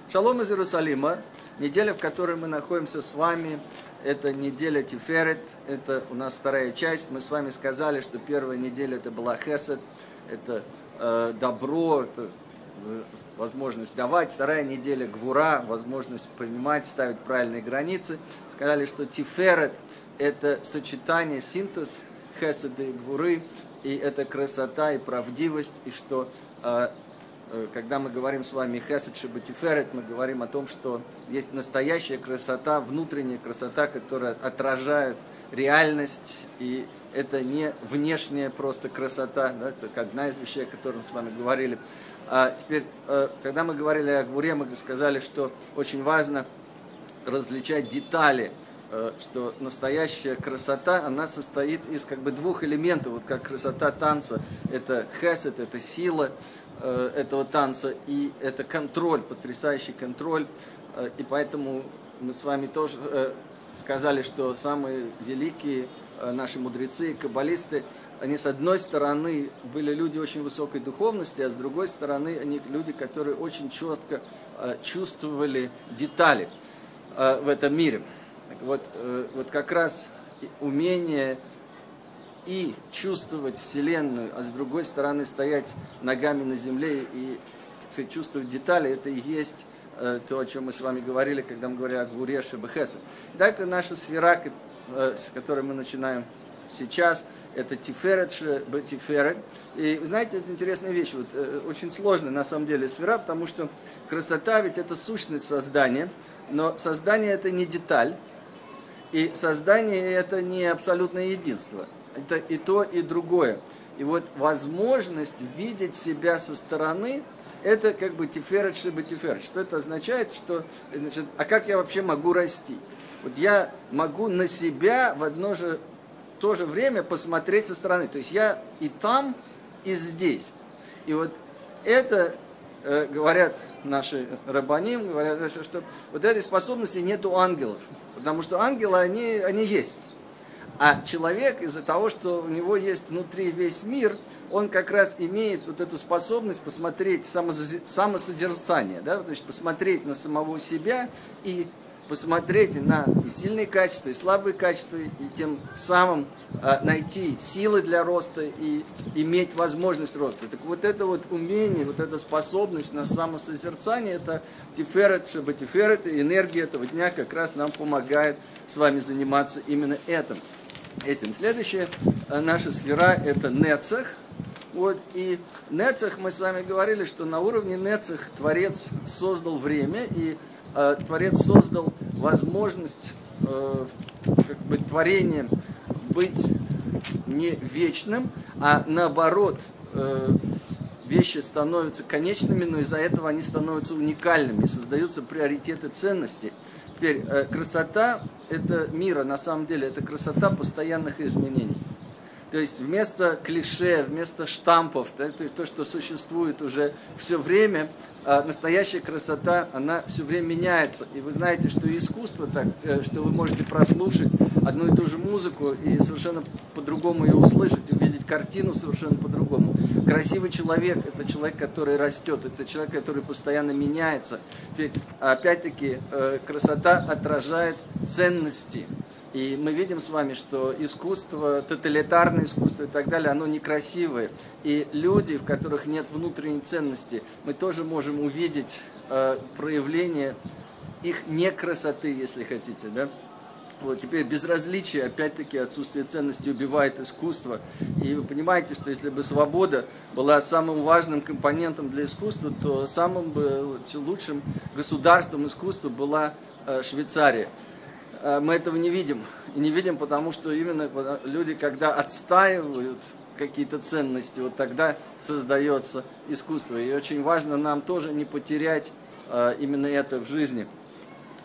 Шалом из Иерусалима. Неделя, в которой мы находимся с вами, это неделя Тиферет. Это у нас вторая часть. Мы с вами сказали, что первая неделя это была Хесед. Это добро, это возможность давать. Вторая неделя Гвура, возможность принимать, ставить правильные границы. Сказали, что Тиферет это сочетание, синтез Хеседа и Гвуры. И это красота и правдивость. И что когда мы говорим с вами Хесед Шеба Тиферет, мы говорим о том, что есть настоящая красота, внутренняя красота, которая отражает реальность, и это не внешняя просто красота, да, это одна из вещей, о которых мы с вами говорили. А теперь, когда мы говорили о Гвуре, мы сказали, что очень важно различать детали, что настоящая красота, она состоит из двух элементов, вот как красота танца, это хесед, это сила этого танца, и это контроль, потрясающий контроль, и поэтому мы с вами тоже сказали, что самые великие наши мудрецы и каббалисты, они с одной стороны были люди очень высокой духовности, а с другой стороны они люди, которые очень четко чувствовали детали в этом мире. Вот как раз умение и чувствовать Вселенную, а с другой стороны стоять ногами на земле и, так сказать, чувствовать детали, это и есть то, о чем мы с вами говорили, когда мы говорили о Гвуре Шеба Хесед. Так наша сфера, с которой мы начинаем сейчас, это Тиферет Шеба Тиферет. И вы знаете, это интересная вещь, очень сложная на самом деле сфера, потому что красота ведь это сущность создания, но создание это не деталь, и создание это не абсолютное единство. Это и то, и другое. И вот возможность видеть себя со стороны, это Тиферет Шеба Тиферет. Что это означает? Что, значит, а как я вообще могу расти? Вот я могу на себя в то же время посмотреть со стороны. То есть я и там, и здесь. И вот это, говорят наши раббаним, говорят, что вот этой способности нет у ангелов. Потому что ангелы, они есть. А человек из-за того, что у него есть внутри весь мир, он как раз имеет вот эту способность посмотреть самосозерцание, да? То есть посмотреть на самого себя и посмотреть на и сильные качества, и слабые качества, и тем самым найти силы для роста и иметь возможность роста. Так вот это вот умение, вот эта способность на самосозерцание, это Тиферет Шеба Тиферет, и энергия этого дня как раз нам помогает с вами заниматься именно этим. Следующая наша сфера это Нецах. Вот, и Нецах, мы с вами говорили, что на уровне Нецах Творец создал время, и Творец создал возможность творения быть не вечным, а наоборот, вещи становятся конечными, но из-за этого они становятся уникальными, создаются приоритеты ценностей. Теперь, красота это мира, на самом деле, это красота постоянных изменений. То есть вместо клише, вместо штампов, да, то есть то, что существует уже все время, настоящая красота, она все время меняется. И вы знаете, что и искусство так, что вы можете прослушать одну и ту же музыку и совершенно по-другому ее услышать, увидеть картину совершенно по-другому. Красивый человек – это человек, который растет, это человек, который постоянно меняется. Ведь, опять-таки, красота отражает ценности. И мы видим с вами, что искусство, тоталитарное искусство и так далее, оно некрасивое. И люди, в которых нет внутренней ценности, мы тоже можем увидеть проявление их некрасоты, если хотите, да? Вот, теперь безразличие, опять-таки, отсутствие ценности убивает искусство. И вы понимаете, что если бы свобода была самым важным компонентом для искусства, то самым бы лучшим государством искусства была Швейцария. Мы этого не видим. И не видим, потому что именно люди, когда отстаивают какие-то ценности, вот тогда создается искусство. И очень важно нам тоже не потерять именно это в жизни.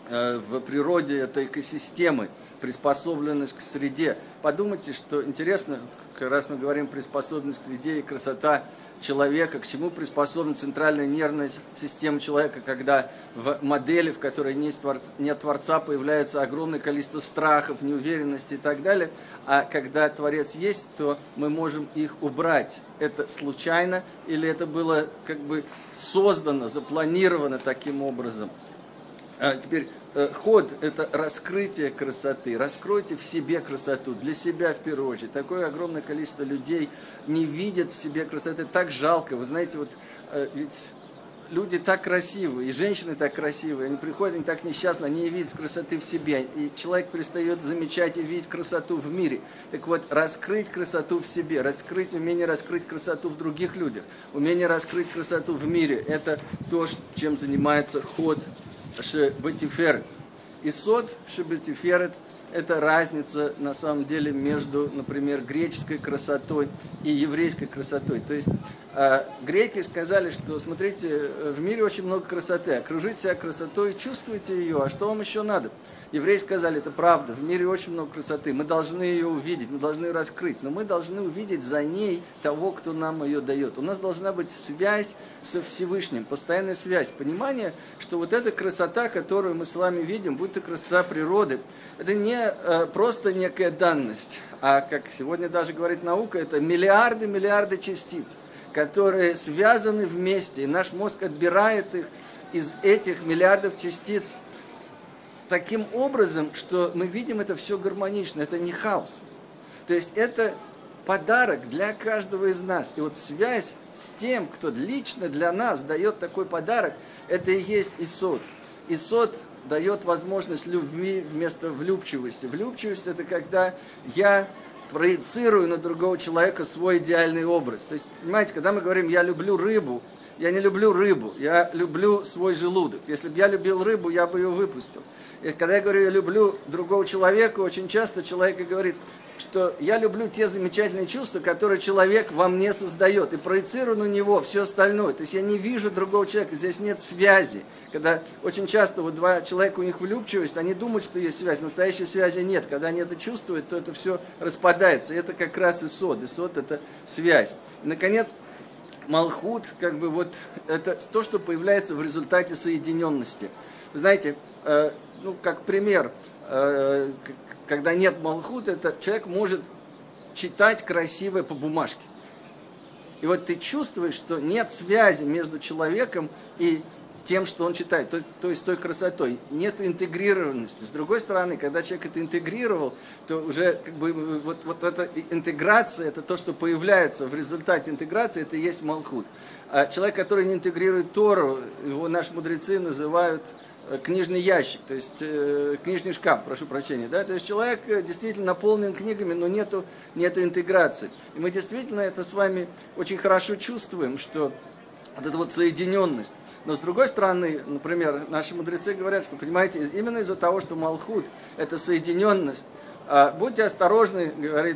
в природе этой экосистемы, приспособленность к среде. Подумайте, что интересно, как раз мы говорим приспособленность к среде и красота человека, к чему приспособлена центральная нервная система человека, когда в модели, в которой нет Творца, появляется огромное количество страхов, неуверенности и так далее, а когда Творец есть, то мы можем их убрать. Это случайно или это было как бы создано, запланировано таким образом? Теперь ход – это раскрытие красоты. Раскройте в себе красоту, для себя в первую очередь. Такое огромное количество людей не видят в себе красоты. Так жалко. Вы знаете, вот ведь люди так красивые, и женщины так красивые, они приходят, они так несчастны, они не видят красоты в себе. И человек перестает замечать и видеть красоту в мире. Так вот, раскрыть красоту в себе, умение раскрыть красоту в других людях, умение раскрыть красоту в мире – это то, чем занимается ход Шебетиферет. И сод Шебетиферет – это разница на самом деле между, например, греческой красотой и еврейской красотой. То есть греки сказали, что, смотрите, в мире очень много красоты, окружите себя красотой, чувствуйте ее, а что вам еще надо? Евреи сказали, это правда, в мире очень много красоты, мы должны ее увидеть, мы должны ее раскрыть, но мы должны увидеть за ней того, кто нам ее дает. У нас должна быть связь со Всевышним, постоянная связь, понимание, что вот эта красота, которую мы с вами видим, будь то красота природы, это не просто некая данность, а, как сегодня даже говорит наука, это миллиарды частиц, которые связаны вместе, и наш мозг отбирает их из этих миллиардов частиц таким образом, что мы видим это все гармонично, это не хаос. То есть это подарок для каждого из нас. И вот связь с тем, кто лично для нас дает такой подарок, это и есть исод. Исод дает возможность любви вместо влюбчивости. Влюбчивость – это когда я проецирую на другого человека свой идеальный образ. То есть, понимаете, когда мы говорим «я люблю рыбу», я не люблю рыбу, я люблю свой желудок. Если бы я любил рыбу, я бы ее выпустил. И когда я говорю «я люблю другого человека», очень часто человек говорит, что я люблю те замечательные чувства, которые человек во мне создает, и проецирую на него все остальное. То есть я не вижу другого человека, здесь нет связи. Когда очень часто вот два человека, у них влюбчивость, они думают, что есть связь, настоящей связи нет. Когда они это чувствуют, то это все распадается. И это как раз исод. Исод – это связь. И, наконец, Малхут, как бы вот, это то, что появляется в результате соединенности. Вы знаете, как пример, когда нет Малхут, это человек может читать красивое по бумажке. И вот ты чувствуешь, что нет связи между человеком и тем, что он читает, то есть той красотой. Нет интегрированности. С другой стороны, когда человек это интегрировал, то уже как бы вот эта интеграция, это то, что появляется в результате интеграции, это и есть Малхут. А человек, который не интегрирует Тору, его наши мудрецы называют книжный ящик, то есть книжный шкаф, прошу прощения, да, то есть человек действительно наполнен книгами, но нету интеграции. И мы действительно это с вами очень хорошо чувствуем, что вот эта вот соединенность. Но с другой стороны, например, наши мудрецы говорят, что, понимаете, именно из-за того, что Малхут – это соединенность, будьте осторожны,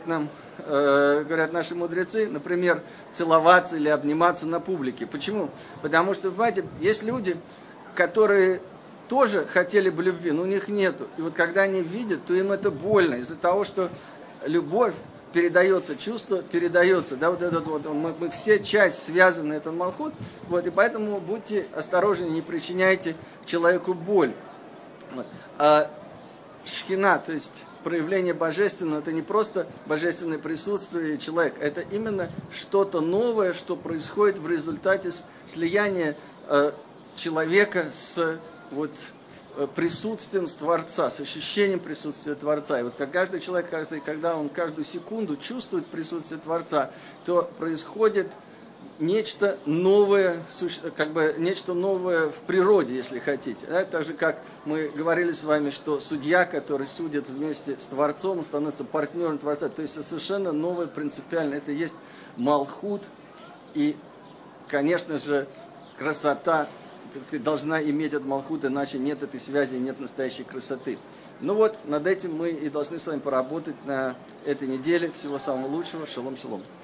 говорят наши мудрецы, например, целоваться или обниматься на публике. Почему? Потому что, понимаете, есть люди, которые тоже хотели бы любви, но у них нету. И вот когда они видят, то им это больно из-за того, что любовь передается, чувство передается, да, вот этот вот, мы все часть связаны, этот Малхут, вот, и поэтому будьте осторожны, не причиняйте человеку боль. Вот. А шхина, то есть проявление божественного, это не просто божественное присутствие человека, это именно что-то новое, что происходит в результате слияния человека с вот присутствием Творца, с ощущением присутствия Творца. И вот как каждый человек, когда он каждую секунду чувствует присутствие Творца, то происходит нечто новое, как бы нечто новое в природе, если хотите. Да? Так же, как мы говорили с вами, что судья, который судит вместе с Творцом, он становится партнером Творца. То есть это совершенно новое, принципиально. Это есть Малхут. И, конечно же, красота, так сказать, должна иметь от Малхут, иначе нет этой связи, нет настоящей красоты. Ну вот, над этим мы и должны с вами поработать на этой неделе. Всего самого лучшего. Шалом, шалом.